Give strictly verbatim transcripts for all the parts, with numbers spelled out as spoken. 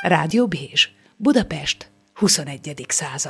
Rádió Bézs, Budapest, huszonegyedik század.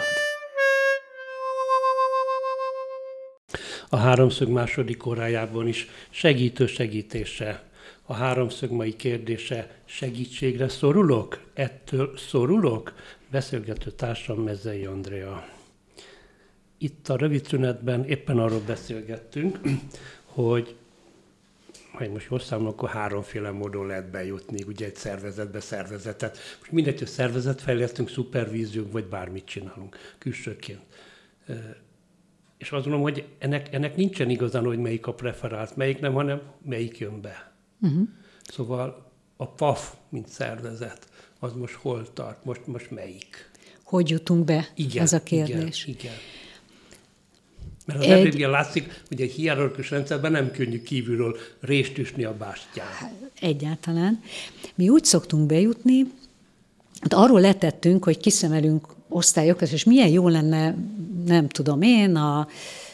A háromszög második órájában is segítő segítése. A háromszög mai kérdése: segítségre szorulok? Ettől szorulok? Beszélgető társam Mezei Andrea. Itt a rövid szünetben éppen arról beszélgettünk, hogy ha most jól számolom, akkor háromféle módon lehet bejutni ugye egy szervezetbe, szervezetet. Most mindegy, hogy szervezetfejlesztünk, szupervíziók, vagy bármit csinálunk külsőként. És azt mondom, hogy ennek, ennek nincsen igazán, hogy melyik a preferált, melyik nem, hanem melyik jön be. Uh-huh. Szóval a paf, mint szervezet, az most hol tart, most, most melyik? Hogy jutunk be? Igen, ez a kérdés. Igen, igen. Mert az egy... ebből látszik, hogy egy hierarchikus rendszerben nem könnyű kívülről rést üsni a bástyán. Egyáltalán. Mi úgy szoktunk bejutni, hát arról letettünk, hogy kiszemelünk osztályokat, és milyen jó lenne, nem tudom én, a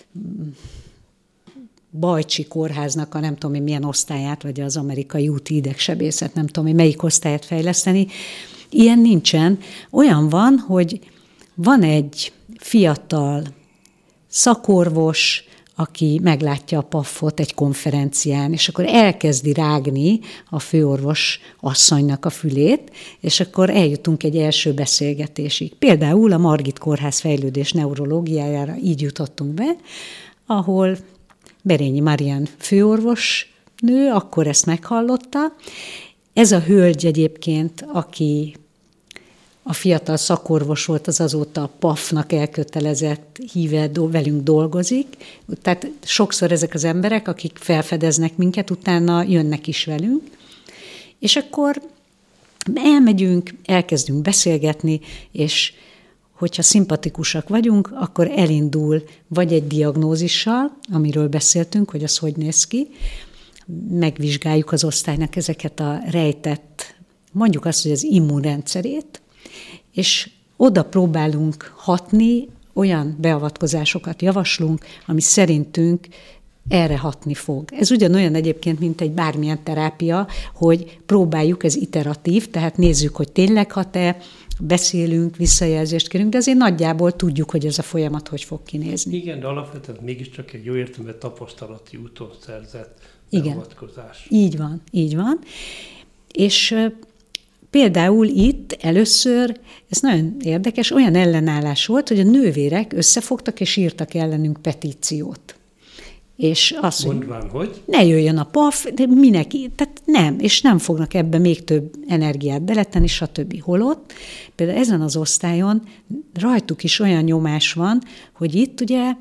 Bajcsi kórháznak a nem tudom én milyen osztályát, vagy az amerikai úti idegsebészet, nem tudom én melyik osztályát fejleszteni. Ilyen nincsen. Olyan van, hogy van egy fiatal szakorvos, aki meglátja a pafot egy konferencián, és akkor elkezdi rágni a főorvos asszonynak a fülét, és akkor eljutunk egy első beszélgetésig. Például a Margit Kórház fejlődés neurológiájára így jutottunk be, ahol Berényi Marian főorvos nő, akkor ezt meghallotta. Ez a hölgy egyébként, aki a fiatal szakorvos volt, az azóta a pafnak elkötelezett híve, velünk dolgozik. Tehát sokszor ezek az emberek, akik felfedeznek minket, utána jönnek is velünk. És akkor elmegyünk, elkezdünk beszélgetni, és hogyha szimpatikusak vagyunk, akkor elindul vagy egy diagnózissal, amiről beszéltünk, hogy az hogy néz ki, megvizsgáljuk az osztálynak ezeket a rejtett, mondjuk azt, hogy az immunrendszerét, és oda próbálunk hatni, olyan beavatkozásokat javaslunk, ami szerintünk erre hatni fog. Ez ugyanolyan egyébként, mint egy bármilyen terápia, hogy próbáljuk, ez iteratív, tehát nézzük, hogy tényleg hat-e, beszélünk, visszajelzést kérünk, de azért nagyjából tudjuk, hogy ez a folyamat hogy fog kinézni. Igen, de alapvetően mégiscsak egy jó értelemben tapasztalati úton szerzett Igen. beavatkozás. Így van, így van. És például itt először, ez nagyon érdekes, olyan ellenállás volt, hogy a nővérek összefogtak és írtak ellenünk petíciót. És azt, mondván, hogy? Ne jöjjön a paf, de minek, tehát nem, és nem fognak ebbe még több energiát beletenni, stb. Holott. Például ezen az osztályon rajtuk is olyan nyomás van, hogy itt ugye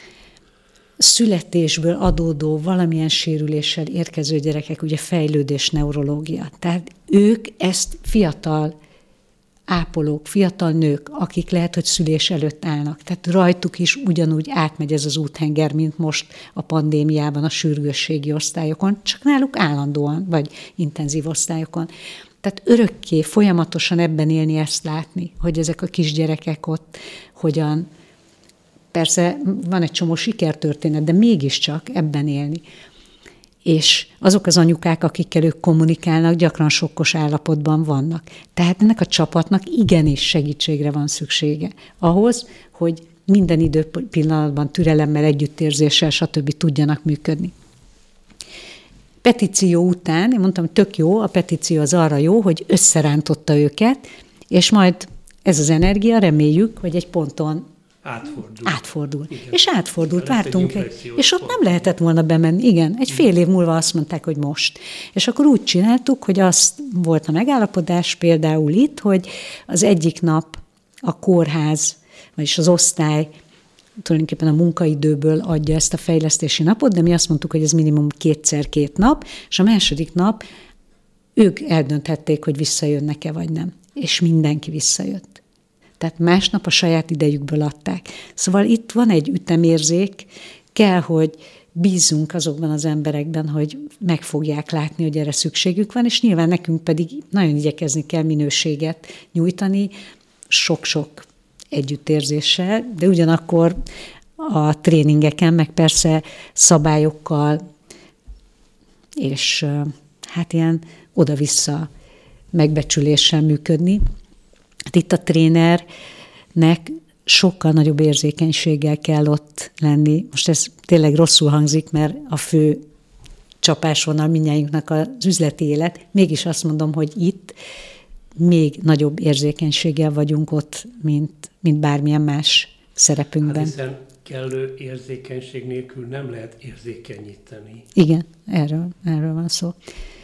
születésből adódó valamilyen sérüléssel érkező gyerekek, ugye fejlődés neurológia. Tehát ők ezt fiatal ápolók, fiatal nők, akik lehet, hogy szülés előtt állnak. Tehát rajtuk is ugyanúgy átmegy ez az úthenger, mint most a pandémiában a sürgősségi osztályokon, csak náluk állandóan, vagy intenzív osztályokon. Tehát örökké, folyamatosan ebben élni, ezt látni, hogy ezek a kisgyerekek ott hogyan, persze van egy csomó sikertörténet, de mégiscsak ebben élni. És azok az anyukák, akikkel ők kommunikálnak, gyakran sokkos állapotban vannak. Tehát ennek a csapatnak igenis segítségre van szüksége ahhoz, hogy minden időpillanatban türelemmel, együttérzéssel, stb. Tudjanak működni. Petíció után, én mondtam, hogy tök jó, a petíció az arra jó, hogy összerántotta őket, és majd ez az energia, reméljük, hogy egy ponton Átfordul. Átfordul. Igen. És átfordult, vártunk egy, és ott pont. Nem lehetett volna bemenni. Igen, egy fél év múlva azt mondták, hogy most. És akkor úgy csináltuk, hogy azt volt a megállapodás például itt, hogy az egyik nap a kórház, vagyis az osztály tulajdonképpen a munkaidőből adja ezt a fejlesztési napot, de mi azt mondtuk, hogy ez minimum kétszer két nap, és a második nap ők eldönthették, hogy visszajönnek-e vagy nem. És mindenki visszajött. Tehát másnap a saját idejükből adták. Szóval itt van egy ütemérzék, kell, hogy bízzunk azokban az emberekben, hogy meg fogják látni, hogy erre szükségük van, és nyilván nekünk pedig nagyon igyekezni kell minőséget nyújtani, sok-sok együttérzéssel, de ugyanakkor a tréningeken, meg persze szabályokkal, és hát ilyen oda-vissza megbecsüléssel működni. Hát itt a trénernek sokkal nagyobb érzékenységgel kell ott lenni. Most ez tényleg rosszul hangzik, mert a fő csapásvonal mindnyájunknak az üzleti élet. Mégis azt mondom, hogy itt még nagyobb érzékenységgel vagyunk ott, mint, mint bármilyen más szerepünkben. Hát hiszen kellő érzékenység nélkül nem lehet érzékenyíteni. Igen, erről, erről van szó.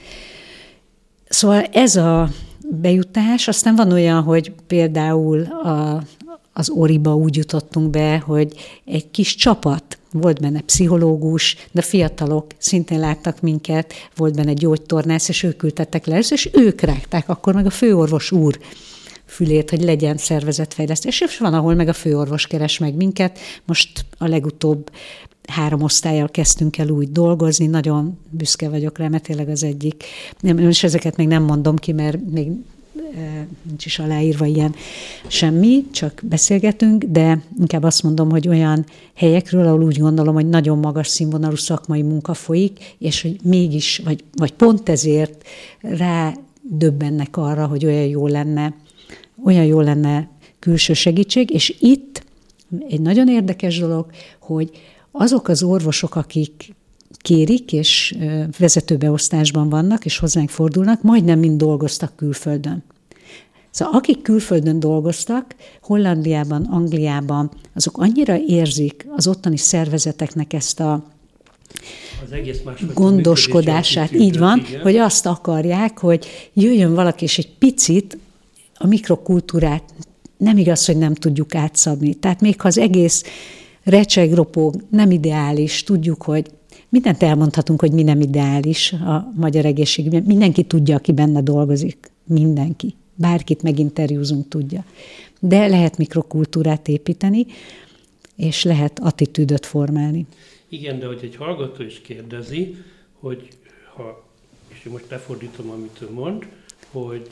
Szóval ez a bejutás, aztán van olyan, hogy például a, az Oriba úgy jutottunk be, hogy egy kis csapat, volt benne pszichológus, de fiatalok szintén láttak minket, volt benne gyógytornász, és ők küldtettek le, és ők rágták akkor meg a főorvos úr fülét, hogy legyen szervezetfejlesztés, és van, ahol meg a főorvos keres meg minket. Most a legutóbb három osztállyal kezdtünk el úgy dolgozni, nagyon büszke vagyok rá, mert tényleg az egyik. És ezeket még nem mondom ki, mert még nincs is aláírva ilyen semmi, csak beszélgetünk, de inkább azt mondom, hogy olyan helyekről, ahol úgy gondolom, hogy nagyon magas színvonalú szakmai munka folyik, és hogy mégis, vagy, vagy pont ezért rádöbbennek arra, hogy olyan jó lenne, olyan jó lenne külső segítség, és itt egy nagyon érdekes dolog, hogy azok az orvosok, akik kérik, és vezetőbeosztásban vannak, és hozzánk fordulnak, majdnem mind dolgoztak külföldön. Szóval akik külföldön dolgoztak, Hollandiában, Angliában, azok annyira érzik az ottani szervezeteknek ezt a az egész gondoskodását, így van, igen, hogy azt akarják, hogy jöjjön valaki, és egy picit a mikrokultúrát nem igaz, hogy nem tudjuk átszabni. Tehát még ha az egész recsegropó nem ideális, tudjuk, hogy mindent elmondhatunk, hogy mi nem ideális a magyar egészségügyben. Mindenki tudja, aki benne dolgozik. Mindenki. Bárkit meginterjúzunk, tudja. De lehet mikrokultúrát építeni, és lehet attitűdöt formálni. Igen, de hogy egy hallgató is kérdezi, hogy ha, és én most lefordítom, amit ő mond, hogy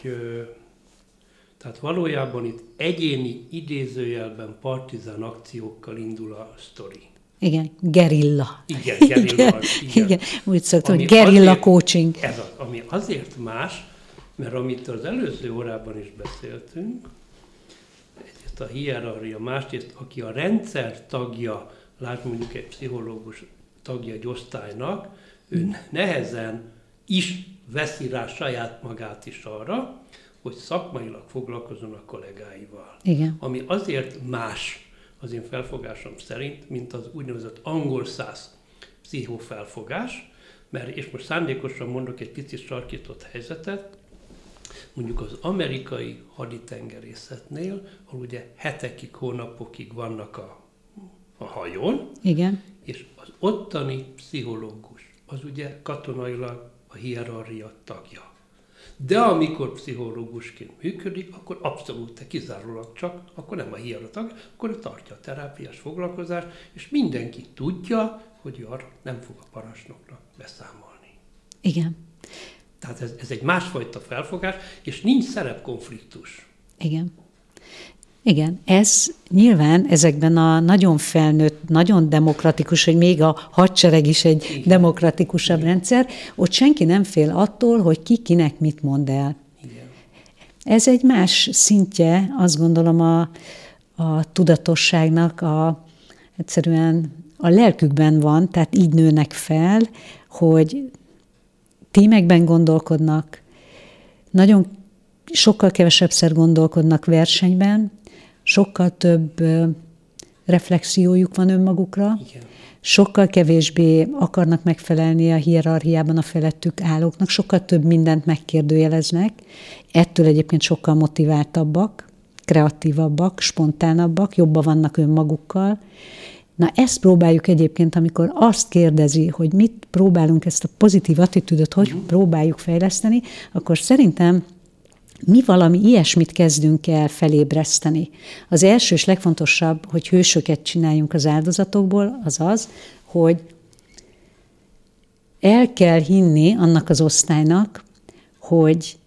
tehát valójában itt egyéni idézőjelben partizán akciókkal indul a sztori. Igen, gerilla. Igen, gerilla. Igen, igen. igen. Úgy szoktam, hogy gerilla azért, coaching. Ez az, ami azért más, mert amit az előző órában is beszéltünk, egyrészt a hierarchia, másrészt aki a rendszer tagja, lásd mondjuk egy pszichológus tagja egy osztálynak, ő hmm. nehezen is veszi rá saját magát is arra, hogy szakmailag foglalkozzon a kollégáival. Igen. Ami azért más az én felfogásom szerint, mint az úgynevezett angol száz pszichofelfogás, mert, és most szándékosan mondok egy picit sarkított helyzetet, mondjuk az amerikai haditengerészetnél, ahol ugye hetekig, hónapokig vannak a, a hajón, igen, és az ottani pszichológus, az ugye katonailag a hierarchia tagja. De amikor pszichológusként működik, akkor abszolút kizárólag csak, akkor nem a hierarchia tag, akkor ő tartja a terápiás foglalkozást, és mindenki tudja, hogy ő arra nem fog a parancsnoknak beszámolni. Igen. Tehát ez, ez egy másfajta felfogás, és nincs szerepkonfliktus. Igen. Igen, ez nyilván ezekben a nagyon felnőtt, nagyon demokratikus, hogy még a hadsereg is egy igen, demokratikusabb igen, rendszer, ott senki nem fél attól, hogy ki kinek mit mond el. Igen. Ez egy más szintje, azt gondolom, a, a tudatosságnak, a, egyszerűen a lelkükben van, tehát így nőnek fel, hogy tímekben gondolkodnak, nagyon sokkal kevesebbszer gondolkodnak versenyben, sokkal több reflexiójuk van önmagukra, igen, sokkal kevésbé akarnak megfelelni a hierarchiában a felettük állóknak, sokkal több mindent megkérdőjeleznek, ettől egyébként sokkal motiváltabbak, kreatívabbak, spontánabbak, jobban vannak önmagukkal. Na ezt próbáljuk egyébként, amikor azt kérdezi, hogy mit próbálunk ezt a pozitív attitűdöt, hogy uh-huh. próbáljuk fejleszteni, akkor szerintem mi valami ilyesmit kezdünk el felébreszteni. Az első és legfontosabb, hogy hősöket csináljunk az áldozatokból, az az, hogy el kell hinni annak az osztálynak, hogy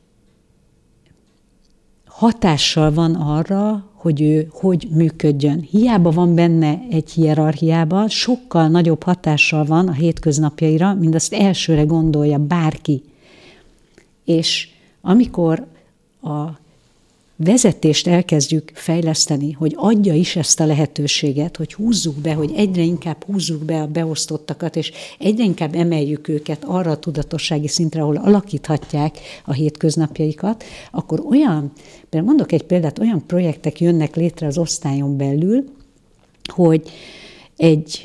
hatással van arra, hogy ő hogy működjön. Hiába van benne egy hierarchiában, sokkal nagyobb hatással van a hétköznapjaira, mint azt elsőre gondolja bárki. És amikor a vezetést elkezdjük fejleszteni, hogy adja is ezt a lehetőséget, hogy húzzuk be, hogy egyre inkább húzzuk be a beosztottakat, és egyre inkább emeljük őket arra a tudatossági szintre, ahol alakíthatják a hétköznapjaikat, akkor olyan, például mondok egy példát, olyan projektek jönnek létre az osztályon belül, hogy egy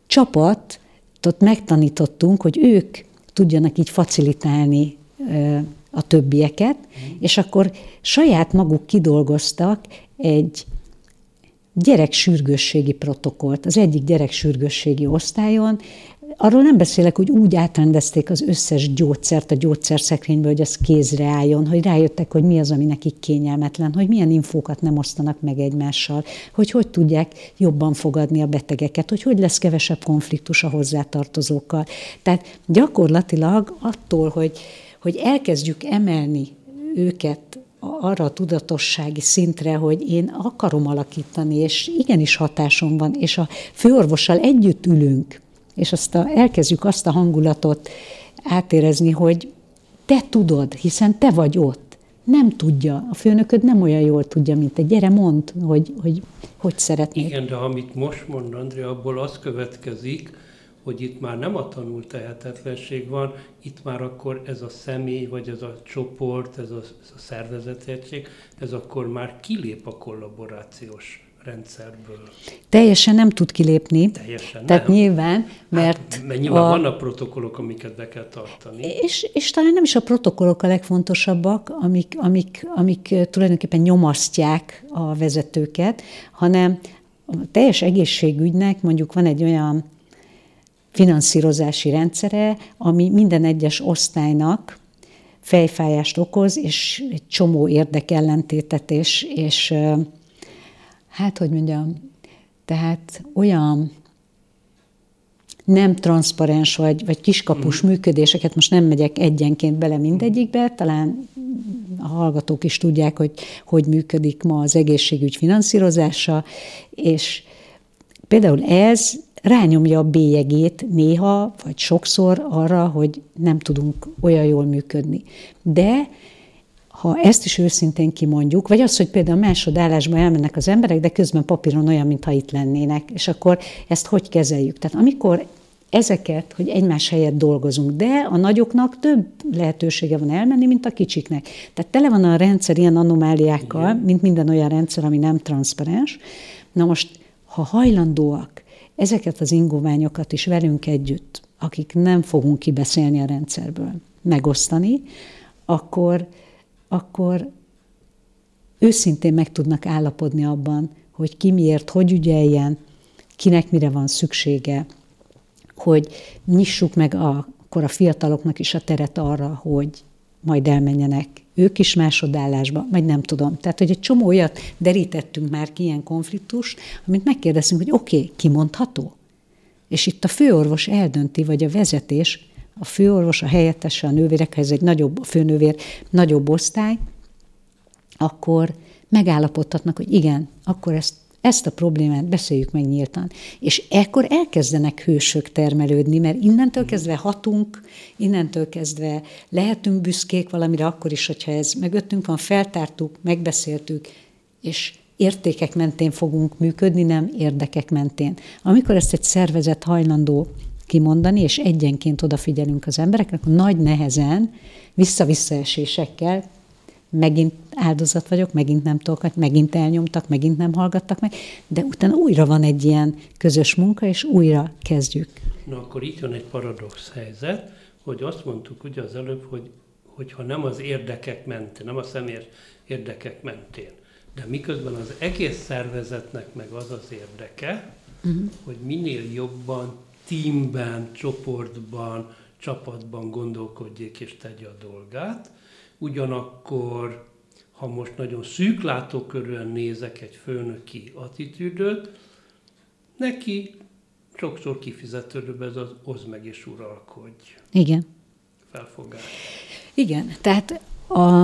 csapatot megtanítottunk, hogy ők tudjanak így facilitálni a többieket, mm. és akkor saját maguk kidolgoztak egy gyereksürgősségi protokollt az egyik gyereksürgősségi osztályon. Arról nem beszélek, hogy úgy átrendezték az összes gyógyszert a gyógyszerszekrénybe, hogy az kézre álljon, hogy rájöttek, hogy mi az, ami nekik kényelmetlen, hogy milyen infókat nem osztanak meg egymással, hogy hogy tudják jobban fogadni a betegeket, hogy hogy lesz kevesebb konfliktus a hozzátartozókkal. Tehát gyakorlatilag attól, hogy hogy elkezdjük emelni őket arra a tudatossági szintre, hogy én akarom alakítani, és igenis hatásom van, és a főorvossal együtt ülünk, és azt a, elkezdjük azt a hangulatot átérezni, hogy te tudod, hiszen te vagy ott. Nem tudja, a főnököd nem olyan jól tudja, mint te. Gyere, mondd, hogy hogy, hogy szeretnéd. Igen, de amit most mond, Andrea, abból az következik, hogy itt már nem a tanult tehetetlenség van, itt már akkor ez a személy, vagy ez a csoport, ez a, ez a szervezeti egység, ez akkor már kilép a kollaborációs rendszerből. Teljesen nem tud kilépni. Teljesen Tehát nem. nyilván, mert... Hát, mert nyilván a... vannak protokollok, amiket be kell tartani. És, és talán nem is a protokollok a legfontosabbak, amik, amik, amik tulajdonképpen nyomasztják a vezetőket, hanem a teljes egészségügynek mondjuk van egy olyan finanszírozási rendszere, ami minden egyes osztálynak fejfájást okoz, és egy csomó érdekellentétet, és, és hát, hogy mondjam, tehát olyan nem transzparens vagy, vagy kiskapus mm. működéseket, most nem megyek egyenként bele mindegyikbe, talán a hallgatók is tudják, hogy hogy működik ma az egészségügy finanszírozása, és például ez rányomja a bélyegét néha, vagy sokszor arra, hogy nem tudunk olyan jól működni. De ha ezt is őszintén kimondjuk, vagy az, hogy például másodállásba elmennek az emberek, de közben papíron olyan, mintha itt lennének, és akkor ezt hogy kezeljük? Tehát amikor ezeket, hogy egymás helyett dolgozunk, de a nagyoknak több lehetősége van elmenni, mint a kicsiknek. Tehát tele van a rendszer ilyen anomáliákkal, igen, mint minden olyan rendszer, ami nem transzparens. Na most, ha hajlandóak ezeket az ingoványokat is velünk együtt, akik nem fogunk kibeszélni a rendszerből, megosztani, akkor, akkor őszintén meg tudnak állapodni abban, hogy ki miért, hogy ügyeljen, kinek mire van szüksége, hogy nyissuk meg a, akkor a fiataloknak is a teret arra, hogy majd elmenjenek ők is másodállásba, vagy nem tudom. Tehát, hogy egy csomó olyat derítettünk már ki, ilyen konfliktust, amit megkérdezünk, hogy oké, okay, kimondható? És itt a főorvos eldönti, vagy a vezetés, a főorvos, a helyettese, a nővérek, ha ez egy nagyobb, a főnővér, nagyobb osztály, akkor megállapodhatnak, hogy igen, akkor ezt, ezt a problémát beszéljük meg nyíltan. És ekkor elkezdenek hősök termelődni, mert innentől kezdve hatunk, innentől kezdve lehetünk büszkék valamire, akkor is, hogyha ez mögöttünk van, feltártuk, megbeszéltük, és értékek mentén fogunk működni, nem érdekek mentén. Amikor ezt egy szervezet hajlandó kimondani, és egyenként odafigyelünk az embereknek, akkor nagy nehezen, vissza-visszaesésekkel, megint áldozat vagyok, megint nem tudok, megint elnyomtak, megint nem hallgattak meg, de utána újra van egy ilyen közös munka, és újra kezdjük. Na akkor itt jön egy paradox helyzet, hogy azt mondtuk ugye az előbb, hogy hogyha nem az érdekek mentén, nem a személyes érdekek mentén, de miközben az egész szervezetnek meg az az érdeke, uh-huh. hogy minél jobban, teamben, csoportban, csapatban gondolkodjék és tegye a dolgát. Ugyanakkor, ha most nagyon szűk látókörűen nézek egy főnöki attitűdöt, neki sokszor kifizetődőbb ez az oszd meg és uralkodj. Igen. Felfogás. Igen, tehát a,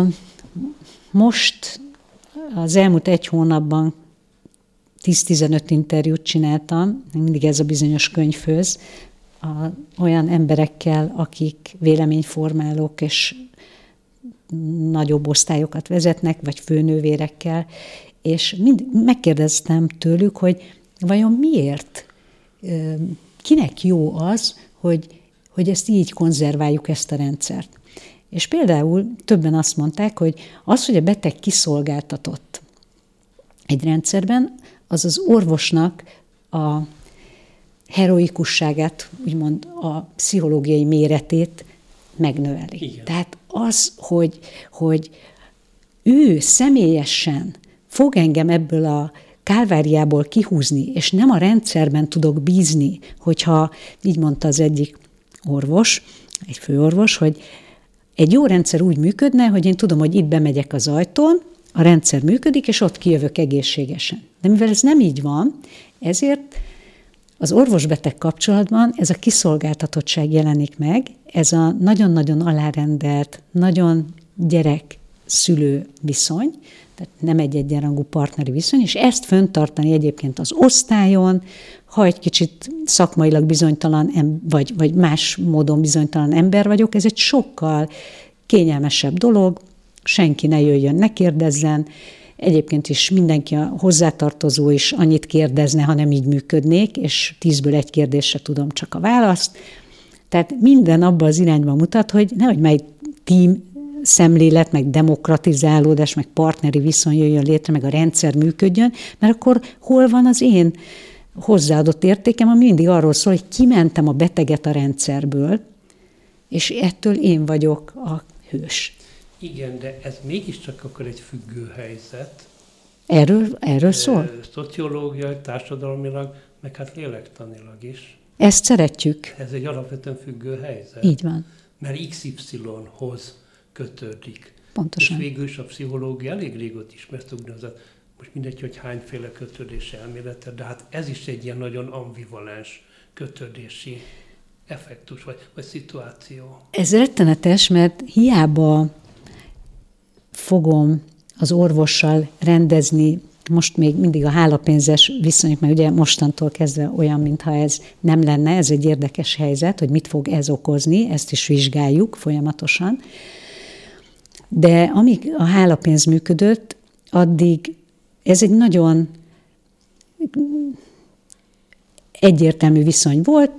most az elmúlt egy hónapban tíz-tizenöt interjút csináltam, mindig ez a bizonyos könyvhöz, a, olyan emberekkel, akik véleményformálók, és nagyobb osztályokat vezetnek, vagy főnővérekkel, és mind, megkérdeztem tőlük, hogy vajon miért, kinek jó az, hogy, hogy ezt így konzerváljuk, ezt a rendszert. És például többen azt mondták, hogy az, hogy a beteg kiszolgáltatott egy rendszerben, az az orvosnak a heroikusságát, úgymond a pszichológiai méretét megnöveli. Igen. Tehát az, hogy, hogy ő személyesen fog engem ebből a kálváriából kihúzni, és nem a rendszerben tudok bízni, hogyha, így mondta az egyik orvos, egy főorvos, hogy egy jó rendszer úgy működne, hogy én tudom, hogy itt bemegyek az ajtón, a rendszer működik, és ott kijövök egészségesen. De mivel ez nem így van, ezért az orvos-beteg kapcsolatban ez a kiszolgáltatottság jelenik meg, ez a nagyon-nagyon alárendelt, nagyon gyerek-szülő viszony, tehát nem egy egyenrangú partneri viszony, és ezt föntartani egyébként az osztályon, ha egy kicsit szakmailag bizonytalan, vagy, vagy más módon bizonytalan ember vagyok, ez egy sokkal kényelmesebb dolog, senki ne jöjjön, ne kérdezzen, egyébként is mindenki a hozzátartozó is annyit kérdezne, ha nem így működnék, és tízből egy kérdésre tudom csak a választ. Tehát minden abba az irányba mutat, hogy nehogy mely team szemlélet, meg demokratizálódás, meg partneri viszony jöjjön létre, meg a rendszer működjön, mert akkor hol van az én hozzáadott értékem, ami mindig arról szól, hogy kimentem a beteget a rendszerből, és ettől én vagyok a hős. Igen, de ez mégiscsak akkor egy függő helyzet. Erről, erről szól? Szociológiai, társadalmilag, meg hát lélektanilag is. Ezt szeretjük. Ez egy alapvetően függő helyzet. Így van. Mert iksz ipszilonhoz kötődik. Pontosan. És végül is a pszichológia elég régóta ismert úgynevezett, most mindegy, hogy hányféle kötődés elmélete, de hát ez is egy ilyen nagyon ambivalens kötődési effektus, vagy, vagy szituáció. Ez rettenetes, mert hiába fogom az orvossal rendezni, most még mindig a hálapénzes viszonyok, mert ugye mostantól kezdve olyan, mintha ez nem lenne, ez egy érdekes helyzet, hogy mit fog ez okozni, ezt is vizsgáljuk folyamatosan. De amíg a hálapénz működött, addig ez egy nagyon egyértelmű viszony volt,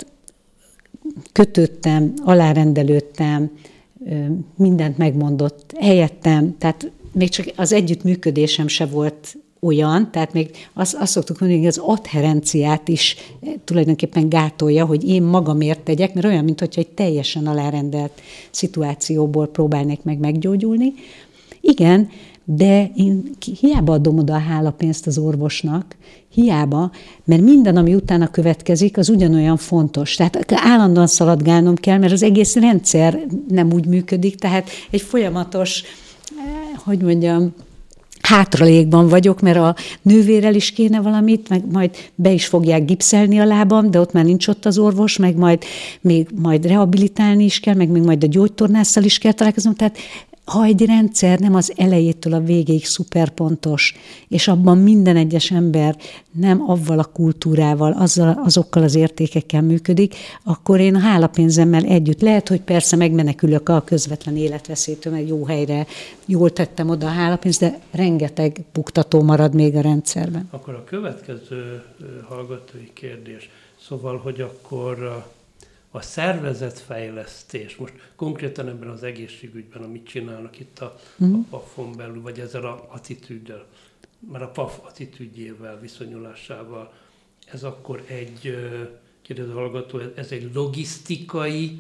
kötöttem, alárendelődtem, mindent megmondott helyettem, tehát még csak az együttműködésem se volt olyan, tehát még azt, azt szoktuk mondani, hogy az adherenciát is tulajdonképpen gátolja, hogy én magamért tegyek, mert olyan, mintha egy teljesen alárendelt szituációból próbálnék meg meggyógyulni. Igen, de én hiába adom oda a hálapénzt az orvosnak, hiába, mert minden, ami utána következik, az ugyanolyan fontos. Tehát állandóan szaladgálnom kell, mert az egész rendszer nem úgy működik, tehát egy folyamatos, hogy mondjam, hátralékban vagyok, mert a nővérrel is kéne valamit, meg majd be is fogják gipszelni a lábam, de ott már nincs ott az orvos, meg majd, még majd rehabilitálni is kell, meg még majd a gyógytornásszal is kell találkoznom. Tehát ha egy rendszer nem az elejétől a végéig szuperpontos, és abban minden egyes ember nem avval a kultúrával, azzal, azokkal az értékekkel működik, akkor én a hálapénzemmel együtt lehet, hogy persze megmenekülök a közvetlen életveszélytől, meg jó helyre, jól tettem oda a hálapénzt, de rengeteg buktató marad még a rendszerben. Akkor a következő hallgatói kérdés, szóval, hogy akkor a szervezetfejlesztés, most konkrétan ebben az egészségügyben, amit csinálnak itt a, mm. a pafon belül, vagy ezzel a attitűddel, már a paf attitűdjével, viszonyulásával, ez akkor egy, kérdező hallgató, ez egy logisztikai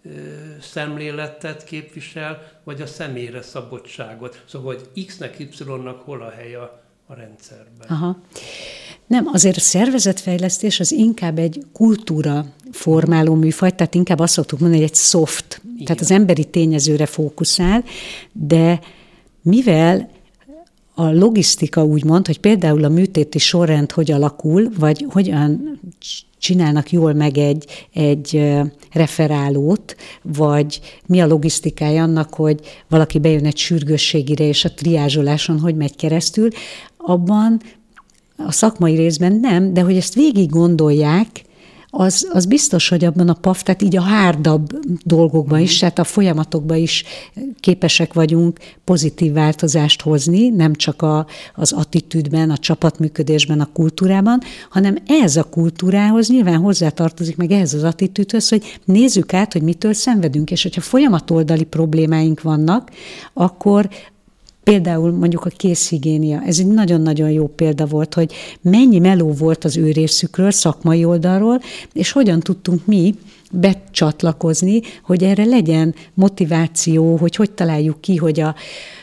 szemléletet képvisel, vagy a személyre szabottságot? Szóval, hogy X-nek, Y-nak hol a helye a, a rendszerben? Aha. Nem, azért a szervezetfejlesztés az inkább egy kultúra formáló műfaj, tehát inkább azt szoktuk mondani, hogy egy soft, igen. Tehát az emberi tényezőre fókuszál, de mivel a logisztika úgy mond, hogy például a műtéti sorrend hogy alakul, vagy hogyan csinálnak jól meg egy, egy referálót, vagy mi a logisztikája annak, hogy valaki bejön egy sürgősségire, és a triázsoláson hogy megy keresztül, abban a szakmai részben nem, de hogy ezt végig gondolják, az, az biztos, hogy abban a paf, tehát így a hárdabb dolgokban is, tehát a folyamatokban is képesek vagyunk pozitív változást hozni, nem csak a, az attitűdben, a csapatműködésben, a kultúrában, hanem ehhez a kultúrához nyilván hozzátartozik meg ehhez az attitűdhöz, hogy nézzük át, hogy mitől szenvedünk, és hogyha folyamatoldali problémáink vannak, akkor például mondjuk a kézhigiénia, ez egy nagyon-nagyon jó példa volt, hogy mennyi meló volt az ő részükről, szakmai oldalról, és hogyan tudtunk mi becsatlakozni, hogy erre legyen motiváció, hogy hogy találjuk ki, hogy a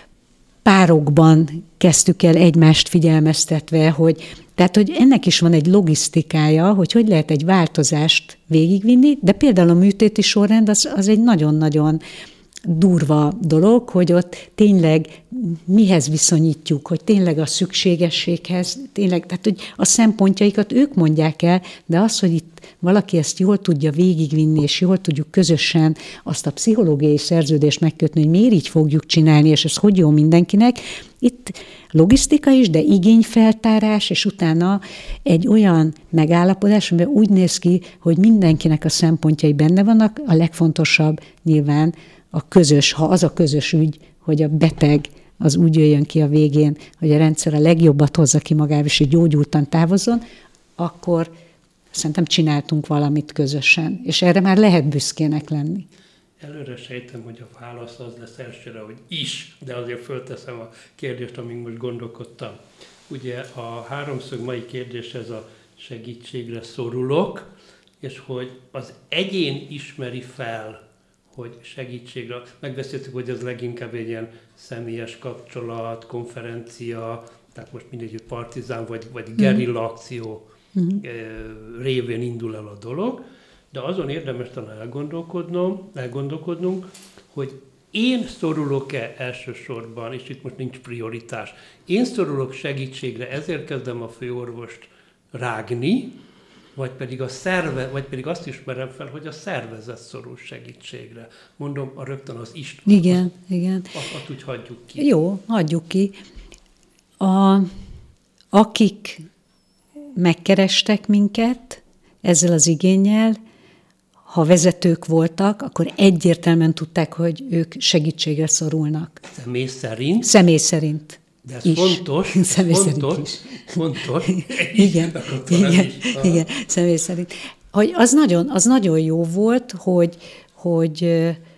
párokban kezdtük el egymást figyelmeztetve, hogy, tehát, hogy ennek is van egy logisztikája, hogy hogy lehet egy változást végigvinni, de például a műtéti sorrend az, az egy nagyon-nagyon durva dolog, hogy ott tényleg mihez viszonyítjuk, hogy tényleg a szükségességhez, tényleg, tehát hogy a szempontjaikat ők mondják el, de az, hogy itt valaki ezt jól tudja végigvinni, és jól tudjuk közösen azt a pszichológiai szerződést megkötni, hogy miért így fogjuk csinálni, és ez hogy jó mindenkinek, itt logisztika is, de igényfeltárás, és utána egy olyan megállapodás, amiben úgy néz ki, hogy mindenkinek a szempontjai benne vannak, a legfontosabb nyilván a közös, ha az a közös ügy, hogy a beteg az úgy jöjjön ki a végén, hogy a rendszer a legjobbat hozza ki magából, és hogy gyógyultan távozzon, akkor szerintem csináltunk valamit közösen. És erre már lehet büszkének lenni. Előre sejtem, hogy a válasz az lesz elsőre, hogy is, de azért fölteszem a kérdést, amin most gondolkodtam. Ugye a háromszög mai kérdés ez a segítségre szorulok, és hogy az egyén ismeri fel, hogy segítségre, megbeszéltük, hogy ez leginkább egy ilyen személyes kapcsolat, konferencia, tehát most mindegy, hogy partizán vagy, vagy gerilla akció mm. révén indul el a dolog, de azon érdemes talán elgondolkodnom, elgondolkodnunk, hogy én szorulok-e elsősorban, és itt most nincs prioritás, én szorulok segítségre, ezért kezdem a főorvost rágni, vagy pedig, a szerve, vagy pedig azt ismerem fel, hogy a szervezet szorul segítségre. Mondom, a rögtön az is. Igen, az, igen. Azt, azt úgy hagyjuk ki. Jó, hagyjuk ki. A, akik megkerestek minket ezzel az igénnyel, ha vezetők voltak, akkor egyértelműen tudták, hogy ők segítségre szorulnak. Személy szerint? Személy szerint. De ez is. fontos, személy fontos, szerint is. fontos. Igen, igen, igen, személy szerint. Hogy az nagyon, az nagyon jó volt, hogy, hogy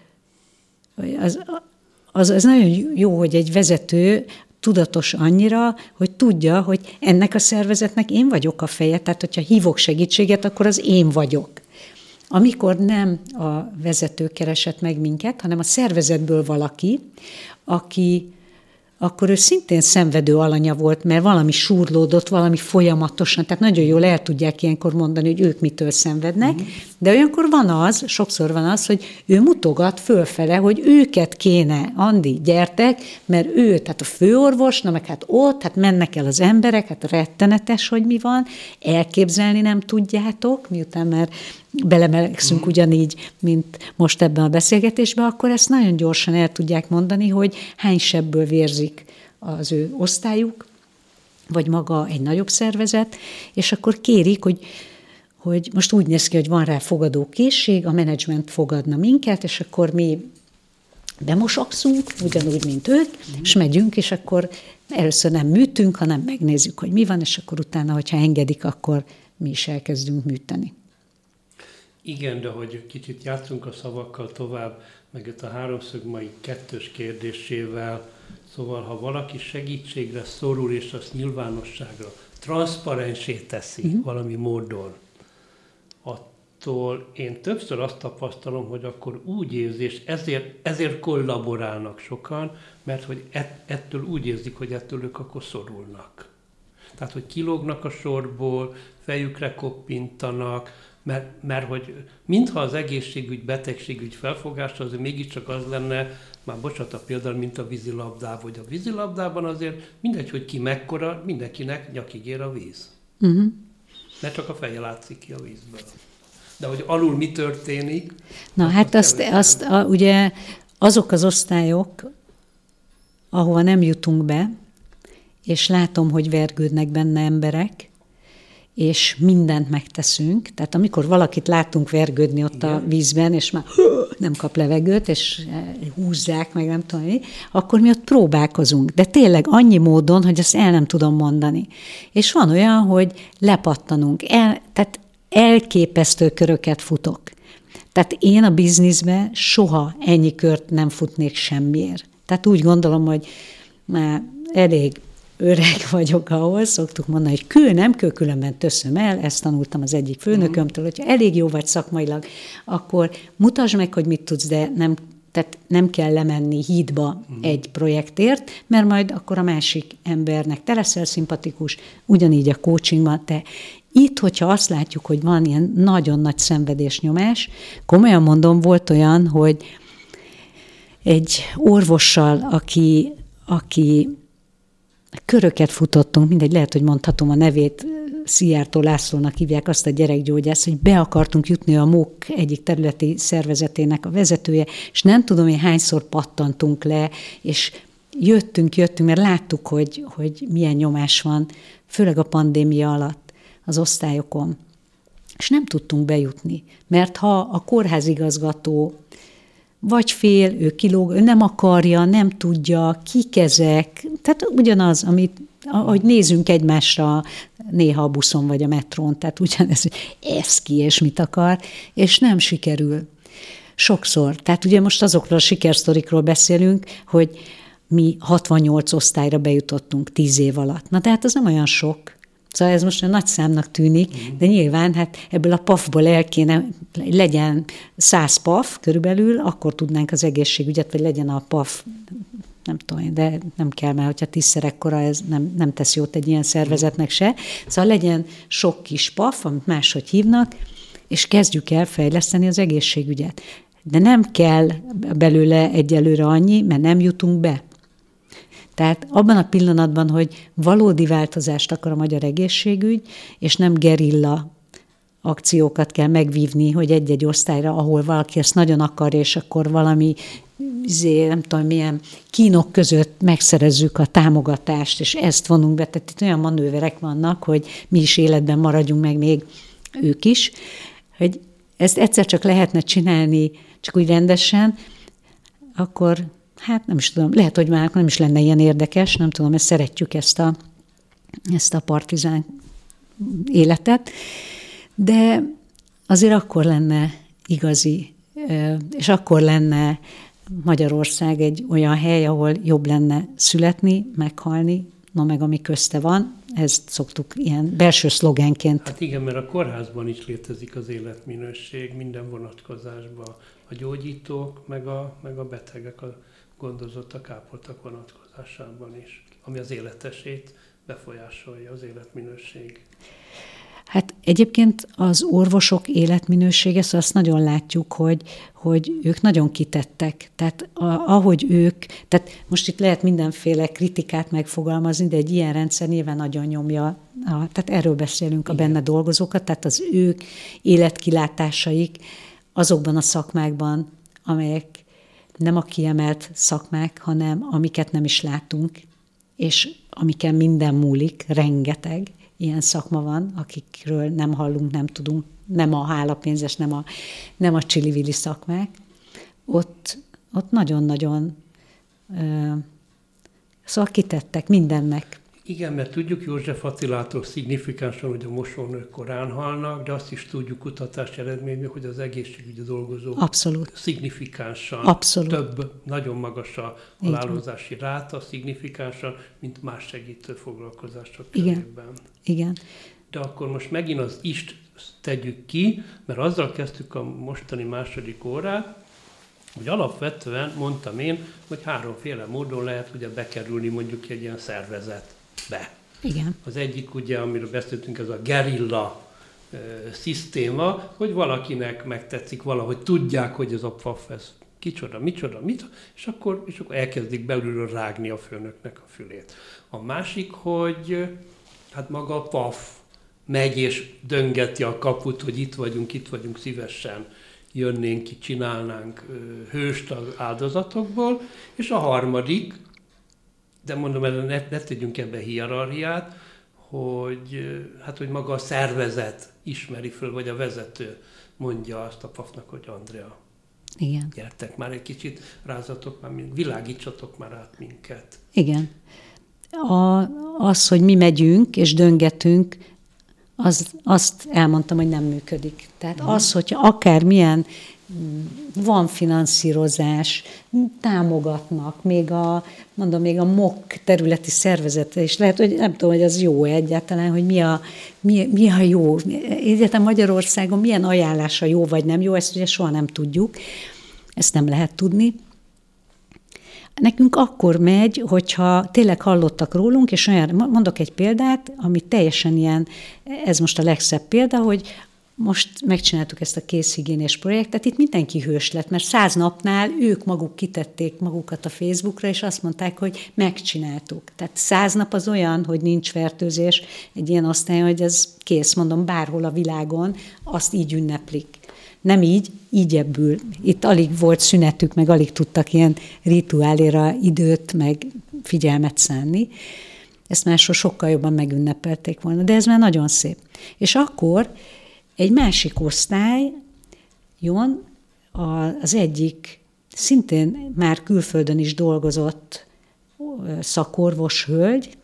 az, az, az nagyon jó, hogy egy vezető tudatos annyira, hogy tudja, hogy ennek a szervezetnek én vagyok a feje, tehát hogyha hívok segítséget, akkor az én vagyok. Amikor nem a vezető keresett meg minket, hanem a szervezetből valaki, aki akkor ő szintén szenvedő alanya volt, mert valami súrlódott, valami folyamatosan, tehát nagyon jól el tudják ilyenkor mondani, hogy ők mitől szenvednek, mm. de olyankor van az, sokszor van az, hogy ő mutogat fölfele, hogy őket kéne, Andi, gyertek, mert ő, tehát a főorvos, na meg hát ott, hát mennek el az emberek, hát rettenetes, hogy mi van, elképzelni nem tudjátok, miután már belemelegszünk mm. ugyanígy, mint most ebben a beszélgetésben, akkor ezt nagyon gyorsan el tudják mondani, hogy hány sebből vérzik az ő osztályuk, vagy maga egy nagyobb szervezet, és akkor kérik, hogy, hogy most úgy néz ki, hogy van rá fogadó készség, a menedzsment fogadna minket, és akkor mi bemosakszunk, ugyanúgy, mint ők, mm. és megyünk, és akkor először nem műtünk, hanem megnézzük, hogy mi van, és akkor utána, hogyha engedik, akkor mi is elkezdünk műteni. Igen, de hogy kicsit játszunk a szavakkal tovább, meg itt a háromszög mai kettős kérdésével, szóval ha valaki segítségre szorul, és azt nyilvánosságra, transzparensé teszi uh-huh. valami módon, attól én többször azt tapasztalom, hogy akkor úgy érzi, és ezért, ezért kollaborálnak sokan, mert hogy ettől úgy érzik, hogy ettől ők akkor szorulnak. Tehát, hogy kilógnak a sorból, fejükre koppintanak, Mert, mert hogy mintha az egészségügy, betegségügy felfogása azért mégiscsak az lenne, már bocsánat a például, mint a vízilabdában, hogy a vízilabdában azért mindegy, hogy ki mekkora, mindenkinek nyakig ér a víz. Uh-huh. Ne csak a feje látszik ki a vízből. De hogy alul mi történik? Na hát azt, azt a, ugye azok az osztályok, ahova nem jutunk be, és látom, hogy vergődnek benne emberek, és mindent megteszünk. Tehát amikor valakit látunk vergődni ott igen. a vízben, és már nem kap levegőt, és húzzák, meg nem tudom mi, akkor mi ott próbálkozunk. De tényleg annyi módon, hogy ezt el nem tudom mondani. És van olyan, hogy lepattanunk. El, tehát elképesztő köröket futok. Tehát én a bizniszben soha ennyi kört nem futnék semmiért. Tehát úgy gondolom, hogy már elég öreg vagyok ahhoz, szoktuk mondani, hogy kül, nem kül, különben töszöm el, ezt tanultam az egyik főnökömtől, hogyha elég jó vagy szakmailag, akkor mutasd meg, hogy mit tudsz, de nem, tehát nem kell lemenni hídba mm. egy projektért, mert majd akkor a másik embernek te leszel szimpatikus, ugyanígy a coachingban, te itt, hogyha azt látjuk, hogy van ilyen nagyon nagy szenvedésnyomás, komolyan mondom, volt olyan, hogy egy orvossal, aki, aki köröket futottunk, mindegy, lehet, hogy mondhatom a nevét, Szijjártó Lászlónak hívják azt a gyerekgyógyász, hogy be akartunk jutni a MOK egyik területi szervezetének a vezetője, és nem tudom én hányszor pattantunk le, és jöttünk, jöttünk, mert láttuk, hogy, hogy milyen nyomás van, főleg a pandémia alatt az osztályokon. És nem tudtunk bejutni, mert ha a kórházigazgató vagy fél, ő kilóg, ő nem akarja, nem tudja, kik ezek. Tehát ugyanaz, amit, ahogy nézünk egymásra néha a buszon vagy a metrón, tehát ugyanez, hogy ez ki és mit akar, és nem sikerül. Sokszor. Tehát ugye most azokról a sikersztorikról beszélünk, hogy mi hatvannyolc osztályra bejutottunk tíz év alatt. Na tehát az nem olyan sok. Szóval ez most olyan nagy számnak tűnik, mm. de nyilván hát ebből a pafból el kéne, legyen száz paf körülbelül, akkor tudnánk az egészségügyet, vagy legyen a paf, nem tudom, de nem kell, mert hogyha tízszer ekkora, ez nem, nem tesz jót egy ilyen szervezetnek se. Szóval legyen sok kis paf, amit máshogy hívnak, és kezdjük el fejleszteni az egészségügyet. De nem kell belőle egyelőre annyi, mert nem jutunk be. Tehát abban a pillanatban, hogy valódi változást akar a magyar egészségügy, és nem gerilla akciókat kell megvívni, hogy egy-egy osztályra, ahol valaki ezt nagyon akar, és akkor valami, nem tudom milyen kínok között megszerezzük a támogatást, és ezt vonunk be. Tehát itt olyan manőverek vannak, hogy mi is életben maradjunk, meg még ők is, hogy ezt egyszer csak lehetne csinálni, csak úgy rendesen, akkor hát nem is tudom, lehet, hogy már nem is lenne ilyen érdekes, nem tudom, ezt szeretjük ezt a, ezt a partizán életet, de azért akkor lenne igazi, és akkor lenne Magyarország egy olyan hely, ahol jobb lenne születni, meghalni, na meg ami közte van, ezt szoktuk ilyen belső szlogenként. Hát igen, mert a kórházban is létezik az életminőség minden vonatkozásban. A gyógyítók, meg a, meg a betegek, a gondozottak, ápoltak vonatkozásában is, ami az életesét befolyásolja, az életminőség. Hát egyébként az orvosok életminősége, szóval azt nagyon látjuk, hogy, hogy ők nagyon kitettek. Tehát a, ahogy ők, tehát most itt lehet mindenféle kritikát megfogalmazni, de egy ilyen rendszer nyilván nagyon nyomja, a, tehát erről beszélünk, a benne dolgozókat, tehát az ők életkilátásaik azokban a szakmákban, amelyek nem a kiemelt szakmák, hanem amiket nem is látunk, és amiken minden múlik, rengeteg ilyen szakma van, akikről nem hallunk, nem tudunk, nem a hálapénzes, nem a, nem a csili-vili szakmák. Ott, ott nagyon-nagyon ö, szóval kitettek mindennek. Igen, mert tudjuk József Attilától szignifikánsan, hogy a mosónők korán halnak, de azt is tudjuk kutatás eredményben, hogy az egészségügyi dolgozók Abszolút. szignifikánsan Abszolút. több, nagyon magas a halálozási ráta, szignifikánsan, mint más segítő foglalkozások körében. Igen. De akkor most megint az ist tegyük ki, mert azzal kezdtük a mostani második órát, hogy alapvetően mondtam én, hogy háromféle módon lehet ugye bekerülni mondjuk egy ilyen szervezetbe. Igen. Az egyik ugye, amiről beszéltünk, ez a gerilla e, szisztéma, hogy valakinek megtetszik valahogy, tudják, hogy ez a paf, ez kicsoda, micsoda, mit, és akkor, és akkor elkezdik belülről rágni a főnöknek a fülét. A másik, hogy hát maga a paf megy és döngeti a kaput, hogy itt vagyunk, itt vagyunk, szívesen jönnénk ki, csinálnánk hőst az áldozatokból, és a harmadik, de mondom, ne, ne tegyünk ebbe hierarchiát, hogy, hát, hogy maga a szervezet ismeri föl, vagy a vezető mondja azt a pafnak, hogy Andrea, igen. gyertek már egy kicsit, rázatok már, világítsatok már át minket. Igen. A, az, hogy mi megyünk és döngetünk, az, azt elmondtam, hogy nem működik. Tehát mm. az, hogyha akármilyen van finanszírozás, támogatnak, még a, mondom, még a MOK területi szervezete is. Lehet, hogy nem tudom, hogy az jó egyáltalán, hogy mi a, mi, mi a jó. Egyetem Magyarországon milyen ajánlása jó vagy nem jó, ezt ugye soha nem tudjuk. Ezt nem lehet tudni. Nekünk akkor megy, hogyha tényleg hallottak rólunk, és olyan, mondok egy példát, ami teljesen ilyen, ez most a legszebb példa, hogy most megcsináltuk ezt a készhigiénés projektet, itt mindenki hős lett, mert száz napnál ők maguk kitették magukat a Facebookra, és azt mondták, hogy megcsináltuk. Tehát száz nap az olyan, hogy nincs fertőzés egy ilyen osztályon, hogy ez kész, mondom, bárhol a világon, azt így ünneplik. Nem így, így ebből. Itt alig volt szünetük, meg alig tudtak ilyen rituáléra időt, meg figyelmet szánni. Ezt máshol sokkal jobban megünnepelték volna, de ez már nagyon szép. És akkor egy másik osztály jön, az egyik szintén már külföldön is dolgozott szakorvos hölgy,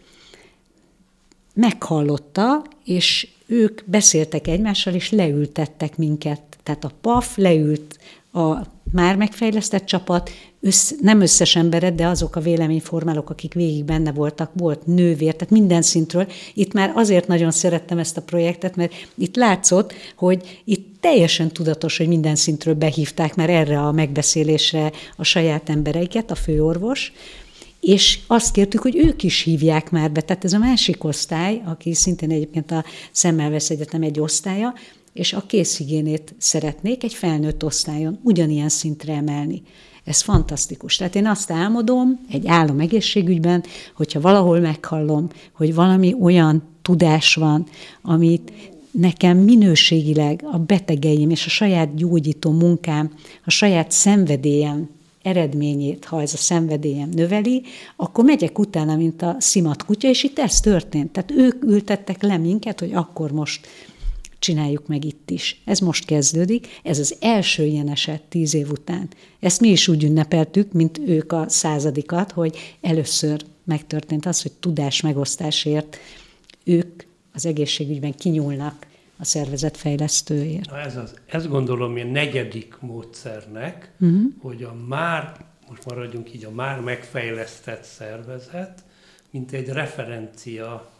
meghallotta, és ők beszéltek egymással, és leültettek minket. Tehát a paf leült a már megfejlesztett csapat, össze, nem összes embered, de azok a véleményformálók, akik végig benne voltak, volt nővér, tehát minden szintről. Itt már azért nagyon szerettem ezt a projektet, mert itt látszott, hogy itt teljesen tudatos, hogy minden szintről behívták már erre a megbeszélésre a saját embereiket, a főorvos, és azt kértük, hogy ők is hívják már be. Tehát ez a másik osztály, aki szintén egyébként a Szemmelweis Egyetem egy osztálya, és a készhigiénét szeretnék egy felnőtt osztályon ugyanilyen szintre emelni. Ez fantasztikus. Tehát én azt álmodom egy álom egészségügyben, hogyha valahol meghallom, hogy valami olyan tudás van, amit nekem minőségileg a betegeim és a saját gyógyító munkám, a saját szenvedélyem eredményét, ha ez a szenvedélyem növeli, akkor megyek utána, mint a szimat kutya, és itt ez történt. Tehát ők ültettek le minket, hogy akkor most csináljuk meg itt is. Ez most kezdődik, ez az első ilyen eset tíz év után. Ezt mi is úgy ünnepeltük, mint ők a századikat, hogy először megtörtént az, hogy tudás megosztásért ők az egészségügyben kinyúlnak a szervezetfejlesztőért. Na ez, az, ez gondolom én negyedik módszernek, uh-huh. hogy a már, most maradjunk így, a már megfejlesztett szervezet, mint egy referencia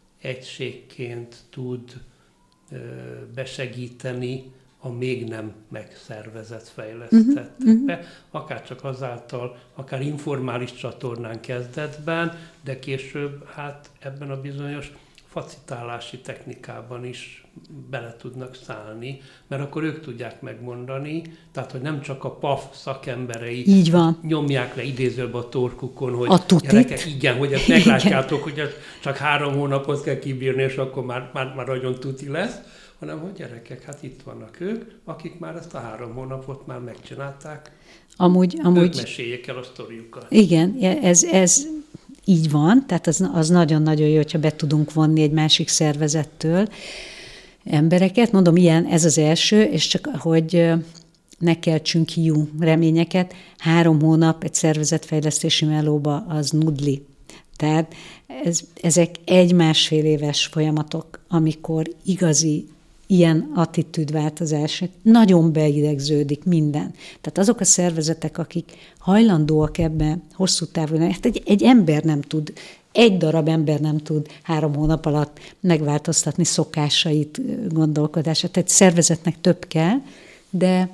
egységként tud ö, besegíteni a még nem megszervezett fejlesztettekbe, uh-huh. akár csak azáltal, akár informális csatornán kezdetben, de később hát ebben a bizonyos facitálási technikában is bele tudnak szállni, mert akkor ők tudják megmondani, tehát, hogy nem csak a paf szakemberei így van. Nyomják le idézőbb a torkukon, hogy a gyerekek, igen, hogy ezt meglátjátok, hogy csak három hónapot kell kibírni, és akkor már, már, már nagyon tuti lesz, hanem hogy gyerekek, hát itt vannak ők, akik már ezt a három hónapot már megcsinálták. Amúgy, amúgy, ők meséljék el a sztoriukat. Igen, ez, ez így van, tehát az, az nagyon-nagyon jó, hogyha be tudunk vonni egy másik szervezettől embereket. Mondom, ilyen, ez az első, és csak, hogy ne keltsünk hiú reményeket, három hónap egy szervezetfejlesztési melóba az nudli. Tehát ez, ezek egy-másfél éves folyamatok, amikor igazi ilyen attitűdváltozás, nagyon beidegződik minden. Tehát azok a szervezetek, akik hajlandóak ebben hosszú távon, hát egy, egy ember nem tud, egy darab ember nem tud három hónap alatt megváltoztatni szokásait, gondolkodását. Tehát szervezetnek több kell, de,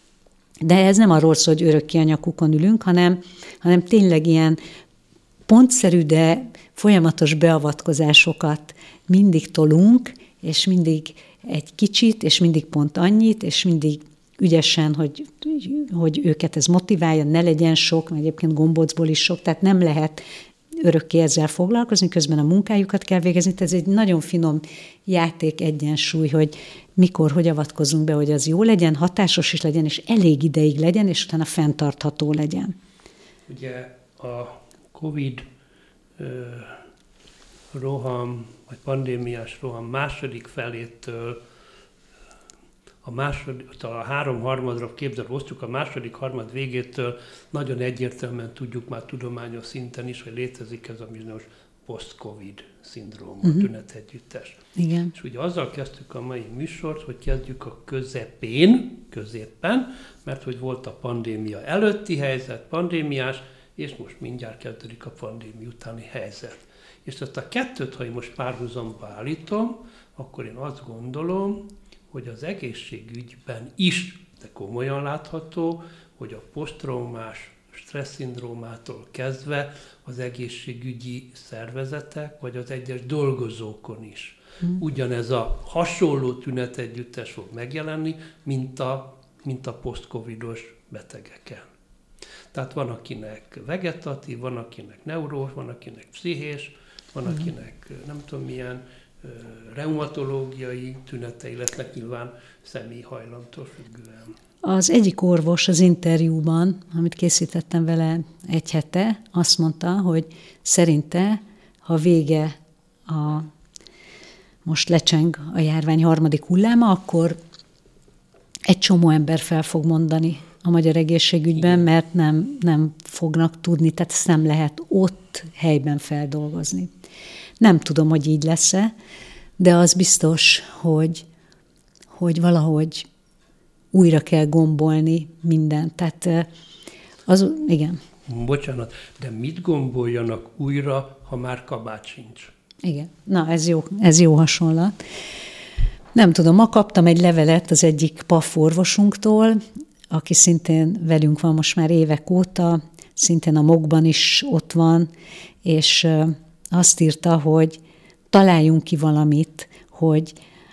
de ez nem arról szól, hogy örökké a nyakukon ülünk, hanem, hanem tényleg ilyen pontszerű, de folyamatos beavatkozásokat mindig tolunk, és mindig egy kicsit, és mindig pont annyit, és mindig ügyesen, hogy, hogy őket ez motiválja, ne legyen sok, mert egyébként gombócból is sok, tehát nem lehet örökké ezzel foglalkozni, közben a munkájukat kell végezni, tehát ez egy nagyon finom játék, egyensúly, hogy mikor, hogy avatkozunk be, hogy az jó legyen, hatásos is legyen, és elég ideig legyen, és utána fenntartható legyen. Ugye a Covid roham, vagy pandémiás roham második felétől a második, a három harmadra képzelve osztjuk, a második harmad végétől nagyon egyértelműen tudjuk már tudományos szinten is, hogy létezik ez a bizonyos post-covid szindróma, uh-huh. tünetegyüttes. Igen. És ugye azzal kezdtük a mai műsort, hogy kezdjük a közepén, középen, mert hogy volt a pandémia előtti helyzet, pandémiás, és most mindjárt kezdődik a pandémia utáni helyzet. És ezt a kettőt, ha én most párhuzamba állítom, akkor én azt gondolom, hogy az egészségügyben is, de komolyan látható, hogy a posztraumás stressz-szindrómától kezdve az egészségügyi szervezetek, vagy az egyes dolgozókon is. Hmm. Ugyanez a hasonló tünetegyüttes fog megjelenni, mint a, mint a posztcovidos betegeken. Tehát van, akinek vegetatív, van, akinek neurós, van, akinek pszichés, van, hmm. akinek nem tudom milyen reumatológiai tünetei lesznek, nyilván személyhajlamtól függően. Az egyik orvos az interjúban, amit készítettem vele egy hete, azt mondta, hogy szerinte, ha vége a, most lecseng a járvány harmadik hulláma, akkor egy csomó ember fel fog mondani a magyar egészségügyben, mert nem, nem fognak tudni, tehát ezt nem lehet ott helyben feldolgozni. Nem tudom, hogy így lesz-e, de az biztos, hogy, hogy valahogy újra kell gombolni mindent. Tehát az, igen. Bocsánat, de mit gomboljanak újra, ha már kabát sincs? Igen. Na, ez jó, ez jó hasonlat. Nem tudom, ma kaptam egy levelet az egyik paf orvosunktól, aki szintén velünk van most már évek óta, szintén a mokban is ott van, és azt írta, hogy találjunk ki valamit, hogy,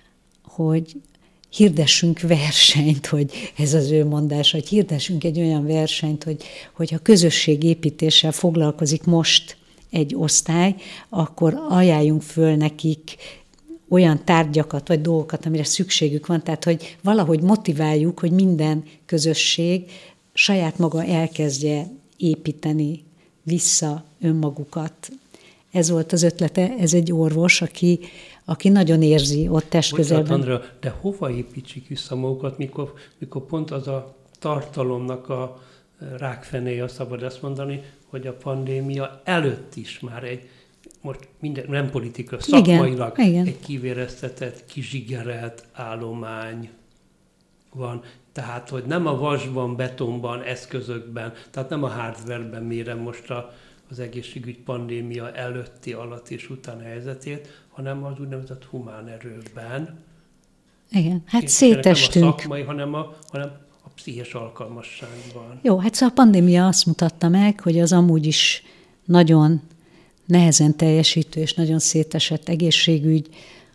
hogy hirdessünk versenyt, hogy ez az ő mondás, hogy hirdessünk egy olyan versenyt, hogy, hogy a közösségépítéssel foglalkozik most egy osztály, akkor ajánljunk föl nekik olyan tárgyakat vagy dolgokat, amire szükségük van, tehát hogy valahogy motiváljuk, hogy minden közösség saját maga elkezdje építeni vissza önmagukat. Ez volt az ötlete, ez egy orvos, aki, aki nagyon érzi ott testközelben. Bocsánat, Andrea, de hova építsük vissza magukat, mikor, mikor pont az a tartalomnak a rákfenéje, szabad ezt mondani, hogy a pandémia előtt is már egy, most minden, nem politika, szakmailag igen, igen. egy kivéreztetett, kizsigerelt állomány van. Tehát, hogy nem a vasban, betonban, eszközökben, tehát nem a hardwareben mérem most a, az egészségügy pandémia előtti, alatt és után helyzetét, hanem az úgynevezett humán erőben. Igen, hát és szétestünk. Nem a szakmai, hanem a, hanem a pszichés alkalmasságban. Jó, hát szóval a pandémia azt mutatta meg, hogy az amúgy is nagyon nehezen teljesítő és nagyon szétesett egészségügy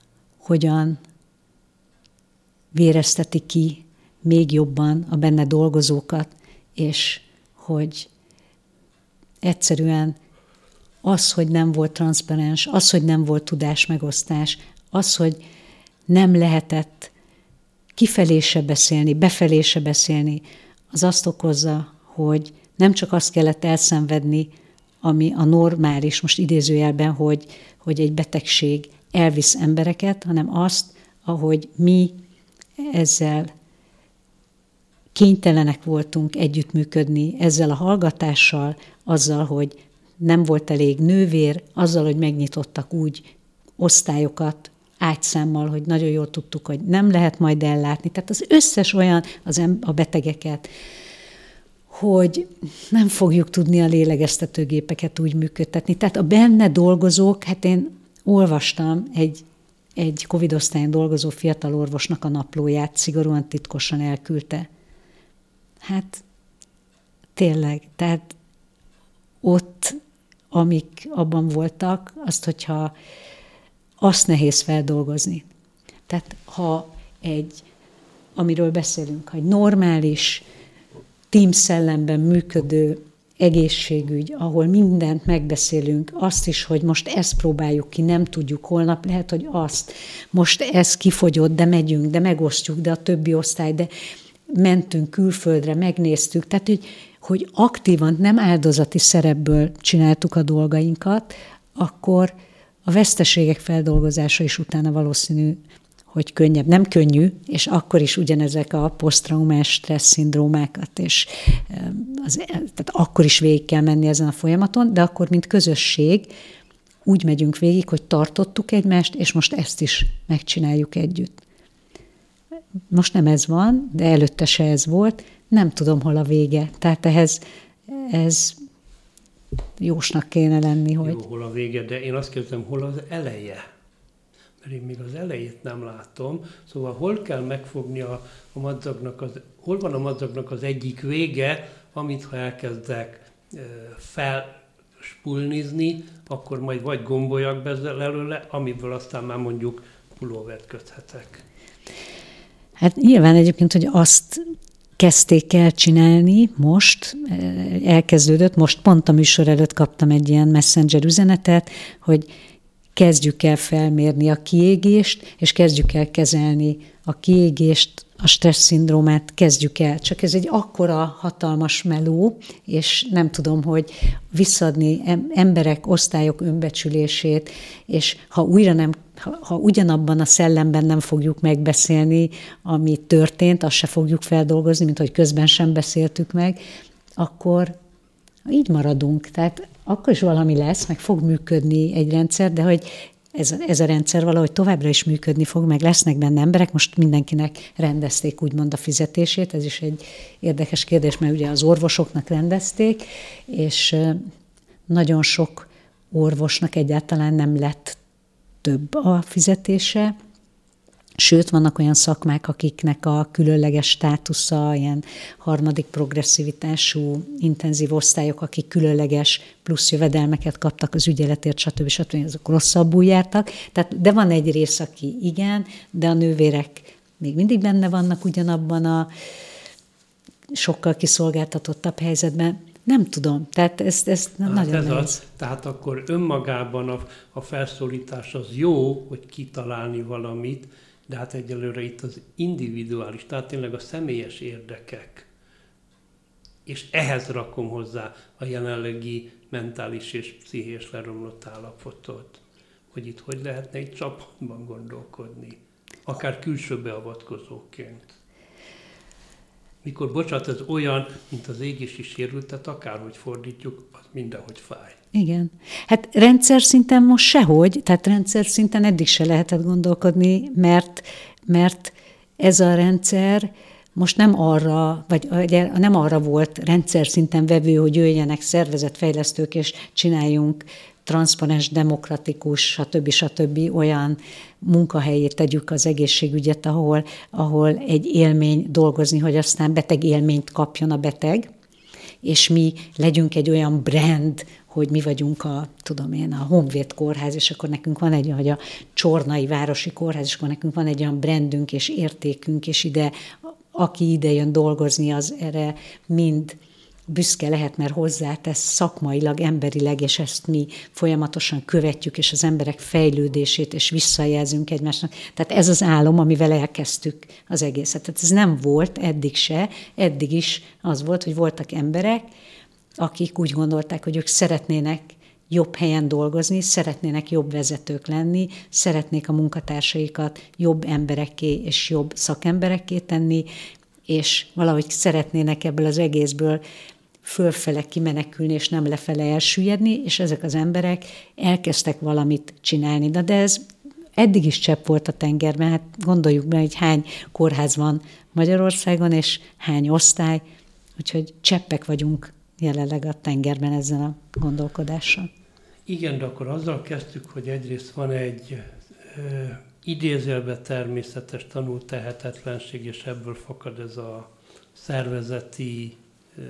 hogyan vérezteti ki még jobban a benne dolgozókat, és hogy egyszerűen az, hogy nem volt transzparens, az, hogy nem volt tudásmegosztás, az, hogy nem lehetett kifelé se beszélni, befelé se beszélni, az azt okozza, hogy nem csak azt kellett elszenvedni, ami a normális, most idézőjelben, hogy, hogy egy betegség elvisz embereket, hanem azt, ahogy mi ezzel kénytelenek voltunk együttműködni, ezzel a hallgatással, azzal, hogy nem volt elég nővér, azzal, hogy megnyitottak úgy osztályokat ágyszámmal, hogy nagyon jól tudtuk, hogy nem lehet majd ellátni. Tehát az összes olyan az em- a betegeket, hogy nem fogjuk tudni a lélegeztetőgépeket úgy működtetni. Tehát a benne dolgozók, hát én olvastam egy, egy Covid osztályon dolgozó fiatal orvosnak a naplóját, szigorúan titkosan elküldte. Hát tényleg, tehát ott, amik abban voltak, azt, hogyha azt nehéz feldolgozni. Tehát ha egy, amiről beszélünk, ha egy normális, team szellemben működő egészségügy, ahol mindent megbeszélünk, azt is, hogy most ezt próbáljuk ki, nem tudjuk, holnap lehet, hogy azt, most ez kifogyott, de megyünk, de megosztjuk, de a többi osztály, de mentünk külföldre, megnéztük, tehát hogy, hogy aktívan, nem áldozati szerepből csináltuk a dolgainkat, akkor, a veszteségek feldolgozása is utána valószínű, hogy könnyebb. Nem könnyű, és akkor is ugyanezek a posztraumás stressz szindrómákat, és az, tehát akkor is végig kell menni ezen a folyamaton, de akkor, mint közösség, úgy megyünk végig, hogy tartottuk egymást, és most ezt is megcsináljuk együtt. Most nem ez van, de előtte se ez volt, nem tudom, hol a vége. Tehát ehhez ez jósnak kéne lenni, hogy... Jó, hol a vége, de én azt kérdezem, hol az eleje? Mert én még az elejét nem látom. Szóval hol kell megfogni a, a madzagnak, az, hol van a madzagnak az egyik vége, amit ha elkezdek e, felspulnizni, akkor majd vagy gomboljak belőle, amiből aztán már mondjuk pulóvert köthetek. Hát nyilván egyébként, hogy azt kezdték el csinálni most, elkezdődött, most pont a műsor előtt kaptam egy ilyen messenger üzenetet, hogy kezdjük el felmérni a kiégést, és kezdjük el kezelni a kiégést, a stressz szindrómát, kezdjük el. Csak ez egy akkora hatalmas meló, és nem tudom, hogy visszaadni emberek, osztályok önbecsülését, és ha újra nem, ha, ha ugyanabban a szellemben nem fogjuk megbeszélni, ami történt, azt se fogjuk feldolgozni, mint hogy közben sem beszéltük meg, akkor így maradunk. Tehát akkor is valami lesz, meg fog működni egy rendszer, de hogy ez, ez a rendszer valahogy továbbra is működni fog, meg lesznek benne emberek, most mindenkinek rendezték úgymond a fizetését, ez is egy érdekes kérdés, mert ugye az orvosoknak rendezték, és nagyon sok orvosnak egyáltalán nem lett több a fizetése, sőt, vannak olyan szakmák, akiknek a különleges státusza, ilyen harmadik progresszivitású, intenzív osztályok, akik különleges plusz jövedelmeket kaptak az ügyeletért, stb. stb. Azok rosszabbul jártak. Tehát, de van egy rész, aki igen, de a nővérek még mindig benne vannak ugyanabban a sokkal kiszolgáltatottabb helyzetben. Nem tudom, tehát ezt, ezt hát nagyon ez nehéz. Az, tehát akkor önmagában a, a felszólítás az jó, hogy kitalálni valamit, de hát egyelőre itt az individuális, tehát tényleg a személyes érdekek. És ehhez rakom hozzá a jelenlegi mentális és pszichés leromlott állapotot, hogy itt hogy lehetne egy csapatban gondolkodni, akár külső beavatkozóként. Mikor, bocsánat, ez olyan, mint az égési sérültet, akárhogy fordítjuk, az mindenhogy fáj. Igen. Hát rendszer szinten most sehogy, tehát rendszer szinten eddig se lehetett gondolkodni, mert, mert ez a rendszer most nem arra, vagy nem arra volt rendszer szinten vevő, hogy jöjjenek szervezetfejlesztők, és csináljunk transzparens, demokratikus, stb. stb. Olyan munkahelyét tegyük az egészségügyet, ahol, ahol egy élmény dolgozni, hogy aztán beteg élményt kapjon a beteg, és mi legyünk egy olyan brand, hogy mi vagyunk a, tudom én, a Honvéd Kórház, és akkor nekünk van egy, vagy a Csornai Városi Kórház, és akkor nekünk van egy olyan brandünk és értékünk, és ide, aki ide jön dolgozni, az erre mind büszke lehet, mert hozzátesz szakmailag, emberileg, és ezt mi folyamatosan követjük, és az emberek fejlődését, és visszajelzünk egymásnak. Tehát ez az álom, amivel elkezdtük az egészet. Tehát ez nem volt eddig se, eddig is az volt, hogy voltak emberek, akik úgy gondolták, hogy ők szeretnének jobb helyen dolgozni, szeretnének jobb vezetők lenni, szeretnék a munkatársaikat jobb emberekké és jobb szakemberekké tenni, és valahogy szeretnének ebből az egészből fölfele kimenekülni, és nem lefele elsüllyedni, és ezek az emberek elkezdtek valamit csinálni. De, de ez eddig is csepp volt a tengerben, hát gondoljuk be, hogy hány kórház van Magyarországon, és hány osztály, úgyhogy cseppek vagyunk jelenleg a tengerben ezzel a gondolkodással. Igen, de akkor azzal kezdtük, hogy egyrészt van egy ö, idézőjelben természetes tanult tehetetlenség, és ebből fakad ez a szervezeti ö,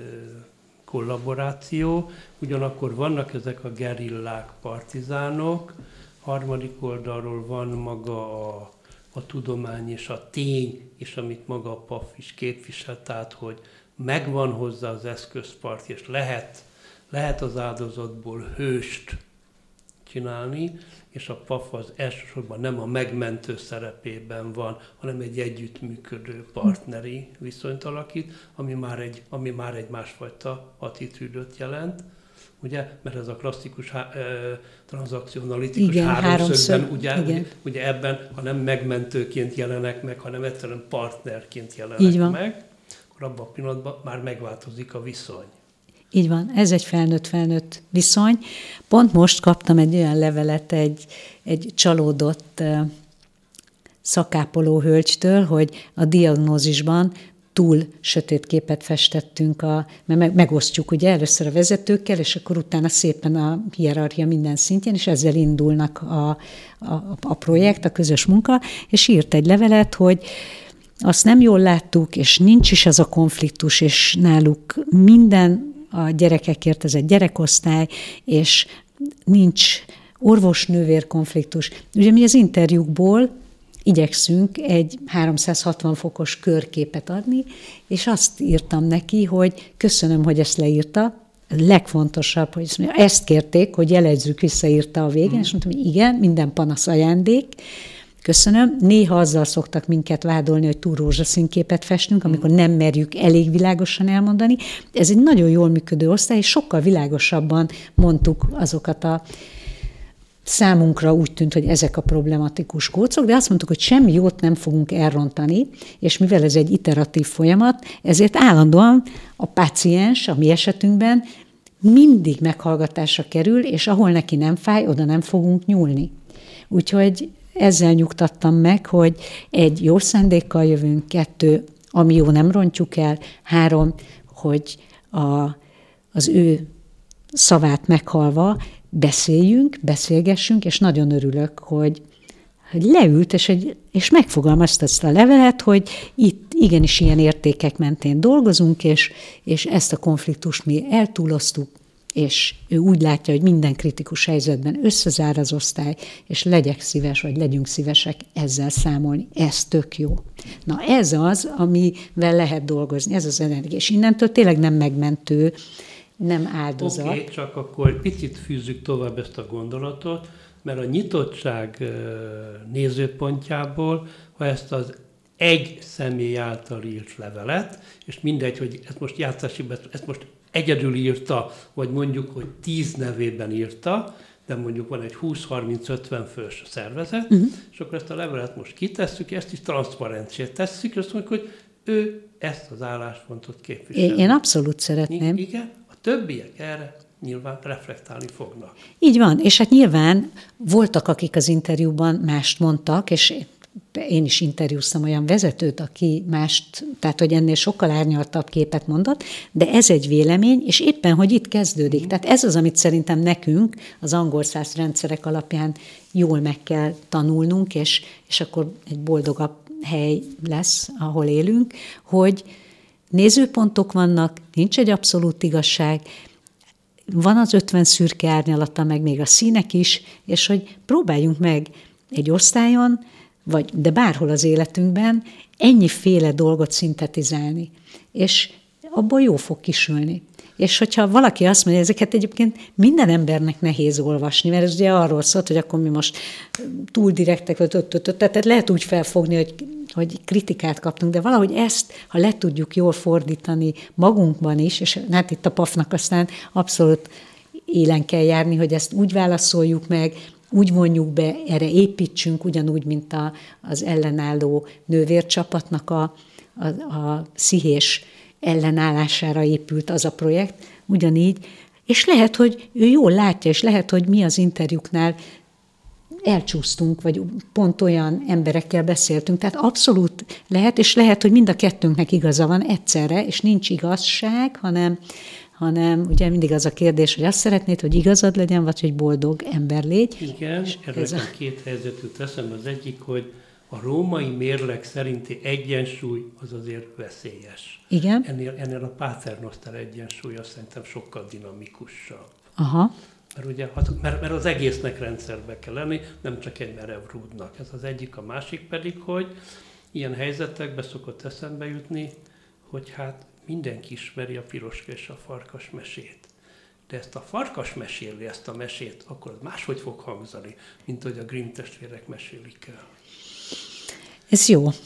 kollaboráció. Ugyanakkor vannak ezek a gerillák, partizánok, harmadik oldalról van maga a, a tudomány és a tény, és amit maga a paf is képvisel, tehát hogy megvan hozzá az eszközpart, és lehet, lehet az áldozatból hőst csinálni, és a paf az elsősorban nem a megmentő szerepében van, hanem egy együttműködő partneri viszonyt alakít, ami már egy, ami már egy másfajta attitűdöt jelent. ugye, mert ez a klasszikus há, e, tranzakcionalitikus igen, háromszögben, háromszög, ugye, igen. ugye, ugye ebben, ha nem megmentőként jelenek meg, hanem egyszerűen partnerként jelenek meg, akkor abban a pillanatban már megváltozik a viszony. Így van, ez egy felnőtt-felnőtt viszony. Pont most kaptam egy olyan levelet egy, egy csalódott uh, szakápoló hölgytől, hogy a diagnózisban túl sötét képet festettünk, a, mert megosztjuk ugye először a vezetőkkel, és akkor utána szépen a hierarchia minden szintjén, és ezzel indulnak a, a, a projekt, a közös munka, és írt egy levelet, hogy azt nem jól láttuk, és nincs is az a konfliktus, és náluk minden a gyerekekért, ez egy gyerekosztály, és nincs orvos-nővér konfliktus. Ugye mi az interjúkból igyekszünk egy háromszázhatvan fokos körképet adni, és azt írtam neki, hogy köszönöm, hogy ezt leírta. A legfontosabb, hogy ezt kérték, hogy jelezzük, visszaírta a végén, mm. és mondtam, hogy igen, minden panasz ajándék. Köszönöm. Néha azzal szoktak minket vádolni, hogy túl rózsaszín képet festünk, amikor nem merjük elég világosan elmondani. Ez egy nagyon jól működő osztály, és sokkal világosabban mondtuk azokat a számunkra úgy tűnt, hogy ezek a problematikus kócok, de azt mondtuk, hogy semmi jót nem fogunk elrontani, és mivel ez egy iteratív folyamat, ezért állandóan a páciens, a mi esetünkben mindig meghallgatásra kerül, és ahol neki nem fáj, oda nem fogunk nyúlni. Úgyhogy ezzel nyugtattam meg, hogy egy jó szándékkal jövünk, kettő, ami jó, nem rontjuk el, három, hogy a, az ő szavát meghalva beszéljünk, beszélgessünk, és nagyon örülök, hogy, hogy leült, és, egy, és megfogalmazta ezt a levelet, hogy itt igenis ilyen értékek mentén dolgozunk, és, és ezt a konfliktust mi eltúloztuk, és ő úgy látja, hogy minden kritikus helyzetben összezár az osztály, és legyek szíves, vagy legyünk szívesek ezzel számolni. Ez tök jó. Na ez az, amivel lehet dolgozni, ez az energia. És innentől tényleg nem megmentő, nem áldozat. Oké, okay, csak akkor picit fűzzük tovább ezt a gondolatot, mert a nyitottság nézőpontjából, ha ezt az egy személy által írt levelet, és mindegy, hogy ezt most játszási, ezt most egyedül írta, vagy mondjuk, hogy tíz nevében írta, de mondjuk van egy húsz-harminc-ötven fős szervezet, uh-huh. és akkor ezt a levelet most kitesszük, ezt is transzparentsé tesszük, és azt mondjuk, hogy ő ezt az álláspontot képvisel. Én abszolút szeretném. Igen, a többiek erre nyilván reflektálni fognak. Így van, és hát nyilván voltak, akik az interjúban mást mondtak, és én is interjúztam olyan vezetőt, aki mást, tehát hogy ennél sokkal árnyaltabb képet mondott, de ez egy vélemény, és éppen, hogy itt kezdődik. Tehát ez az, amit szerintem nekünk az angol száz rendszerek alapján jól meg kell tanulnunk, és, és akkor egy boldogabb hely lesz, ahol élünk, hogy nézőpontok vannak, nincs egy abszolút igazság, van az ötven szürke árnyalata, meg még a színek is, és hogy próbáljunk meg egy osztályon, vagy, de bárhol az életünkben ennyiféle dolgot szintetizálni, és abból jó fog kisülni. És hogyha valaki azt mondja, ezeket egyébként minden embernek nehéz olvasni, mert ez ugye arról szólt, hogy akkor mi most túl direktek, tehát lehet úgy felfogni, hogy, hogy kritikát kaptunk, de valahogy ezt, ha le tudjuk jól fordítani magunkban is, és hát itt a pafnak aztán abszolút élen kell járni, hogy ezt úgy válaszoljuk meg, úgy vonjuk be, erre építsünk, ugyanúgy, mint a, az ellenálló nővércsapatnak a, a, a szihés ellenállására épült az a projekt, ugyanígy, és lehet, hogy ő jól látja, és lehet, hogy mi az interjúknál elcsúsztunk, vagy pont olyan emberekkel beszéltünk, tehát abszolút lehet, és lehet, hogy mind a kettőnknek igaza van egyszerre, és nincs igazság, hanem, hanem ugye mindig az a kérdés, hogy azt szeretnéd, hogy igazad legyen, vagy hogy boldog ember légy. Igen, erről a... két helyzetű teszem. Az egyik, hogy a római mérleg szerinti egyensúly az azért veszélyes. Igen. Ennél, ennél a Paternoster egyensúly azt szerintem sokkal dinamikusabb. Aha. Mert, ugye, mert, mert az egésznek rendszerbe kell lenni, nem csak egy merev rúdnak. Ez az egyik, a másik pedig, hogy ilyen helyzetekbe szokott eszembe jutni, hogy hát mindenki ismeri a piroska és a farkas mesét. De ezt a farkas meséli, ezt a mesét, akkor az máshogy fog hangzani, mint hogy a Grimm testvérek mesélik el. Ez jó.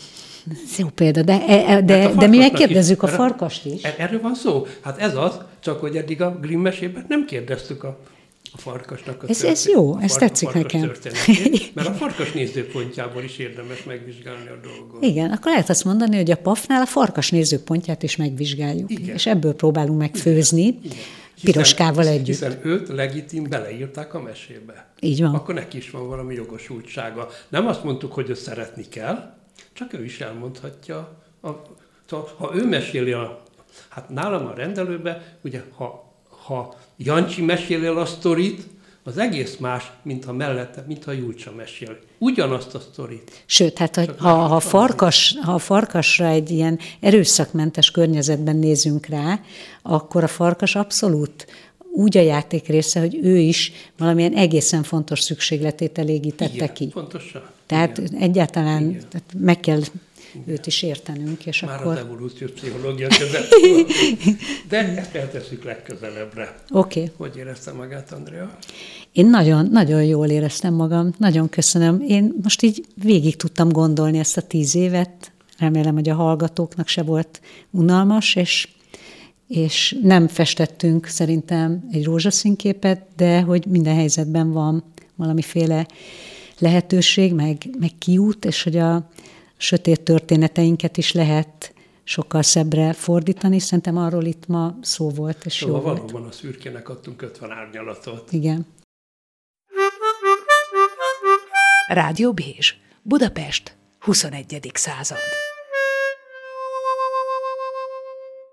Jó példa, de, de, de, de mi megkérdezzük a farkast is. Erről van szó. Hát ez az, csak hogy eddig a Grimm mesében nem kérdeztük a, a farkasnak a ez, ez jó, ez tetszik nekem. Mert a farkas nézőpontjából is érdemes megvizsgálni a dolgot. Igen, akkor lehet azt mondani, hogy a pafnál a farkas nézőpontját is megvizsgáljuk. Igen. És ebből próbálunk megfőzni. Igen. Igen. Piroskával együtt. Hiszen őt legitim beleírták a mesébe. Így van. Akkor neki is van valami jogosultsága. Nem azt mondtuk, hogy őt szeretni kell, csak ő is elmondhatja. A, ha ő meséli, a, hát nálam a rendelőben, ugye, ha, ha Jancsi meséli a sztorit, az egész más, mint ha mellette, mint ha Julcsa mesél. Ugyanazt a sztorit. Sőt, hát ha, ha, ha, farkas, ha a farkasra egy ilyen erőszakmentes környezetben nézünk rá, akkor a farkas abszolút úgy a játék része, hogy ő is valamilyen egészen fontos szükségletét elégítette igen, ki. Pontosan. Tehát igen. egyáltalán igen. Tehát meg kell igen. őt is értenünk. És már akkor... az evolúciós pszichológia közel. De ezt eltesszük legközelebbre. Oké. Okay. Hogy érezte magát, Andrea? Én nagyon, nagyon jól éreztem magam. Nagyon köszönöm. Én most így végig tudtam gondolni ezt a tíz évet. Remélem, hogy a hallgatóknak se volt unalmas, és és nem festettünk szerintem egy rózsaszínképet, de hogy minden helyzetben van valamiféle lehetőség, meg, meg kiút, és hogy a sötét történeteinket is lehet sokkal szebbre fordítani. Szerintem arról itt ma szó volt, és szóval jó volt. Valóban a szürkének adtunk ötven árnyalatot. Igen. Rádió Bézs, Budapest, huszonegyedik század.